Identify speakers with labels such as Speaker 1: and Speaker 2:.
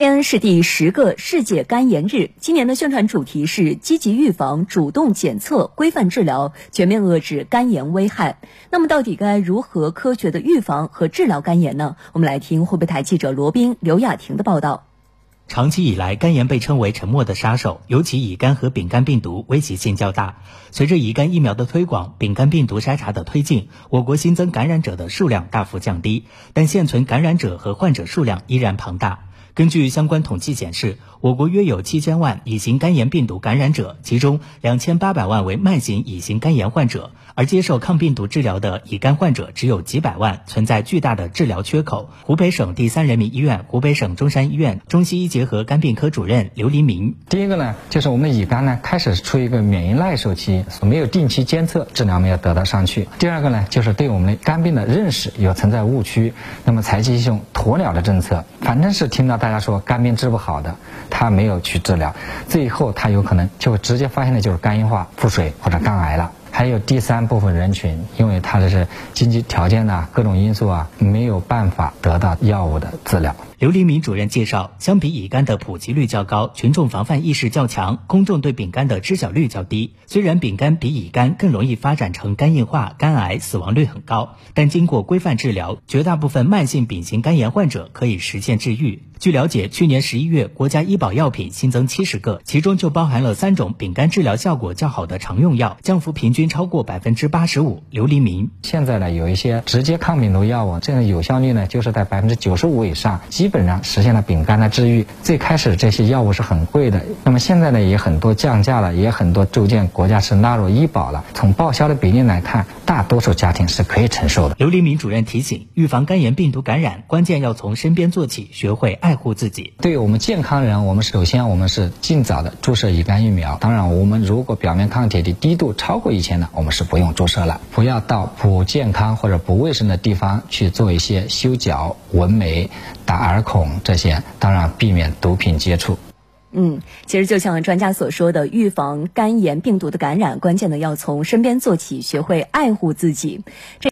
Speaker 1: 今天是第10个世界肝炎日，今年的宣传主题是积极预防、主动检测、规范治疗，全面遏制肝炎危害。那么到底该如何科学的预防和治疗肝炎呢？我们来听湖北台记者罗宾、刘雅婷的报道。
Speaker 2: 长期以来，肝炎被称为沉默的杀手，尤其乙肝和丙肝病毒威胁性较大。随着乙肝疫苗的推广，丙肝病毒筛查的推进，我国新增感染者的数量大幅降低，但现存感染者和患者数量依然庞大。根据相关统计显示，我国约有7000万乙型肝炎病毒感染者，其中2800万为慢性乙型肝炎患者，而接受抗病毒治疗的乙肝患者只有几百万，存在巨大的治疗缺口。湖北省第3人民医院、湖北省中山医院中西医结合肝病科主任刘黎明：
Speaker 3: 第一个呢，就是我们的乙肝呢开始处于一个免疫耐受期，没有定期监测，治疗没有得到上去。第二个呢，就是对我们的肝病的认识有存在误区，那么采取一种鸵鸟的政策，反正是听到大家说肝病治不好的，他没有去治疗，最后他有可能就直接发现的就是肝硬化、腹水或者肝癌了。还有第3部分人群，因为他的是经济条件各种因素没有办法得到药物的治疗。
Speaker 2: 刘黎明主任介绍，相比乙肝的普及率较高，群众防范意识较强，公众对丙肝的知晓率较低。虽然丙肝比乙肝更容易发展成肝硬化、肝癌，死亡率很高，但经过规范治疗，绝大部分慢性丙型肝炎患者可以实现治愈。据了解，去年11月，国家医保药品新增70个，其中就包含了3种丙肝治疗效果较好的常用药，降幅平均超过85%。刘黎明：
Speaker 3: 现在呢，有一些直接抗病毒药物，这个有效率呢就是在95%以上，基本上实现了丙肝的治愈。最开始这些药物是很贵的，那么现在呢也很多降价了，也很多逐渐国家是纳入医保了。从报销的比例来看，大多数家庭是可以承受的。
Speaker 2: 刘黎明主任提醒，预防肝炎病毒感染，关键要从身边做起，学会爱护自己。
Speaker 3: 对于我们健康人，我们首先是尽早的注射乙肝疫苗。当然，我们如果表面抗体的低度超过1000呢，我们是不用注射了。不要到不健康或者不卫生的地方去做一些修脚、纹眉、打耳孔这些，当然避免毒品接触。
Speaker 1: 其实就像专家所说的，预防肝炎病毒的感染，关键的要从身边做起，学会爱护自己。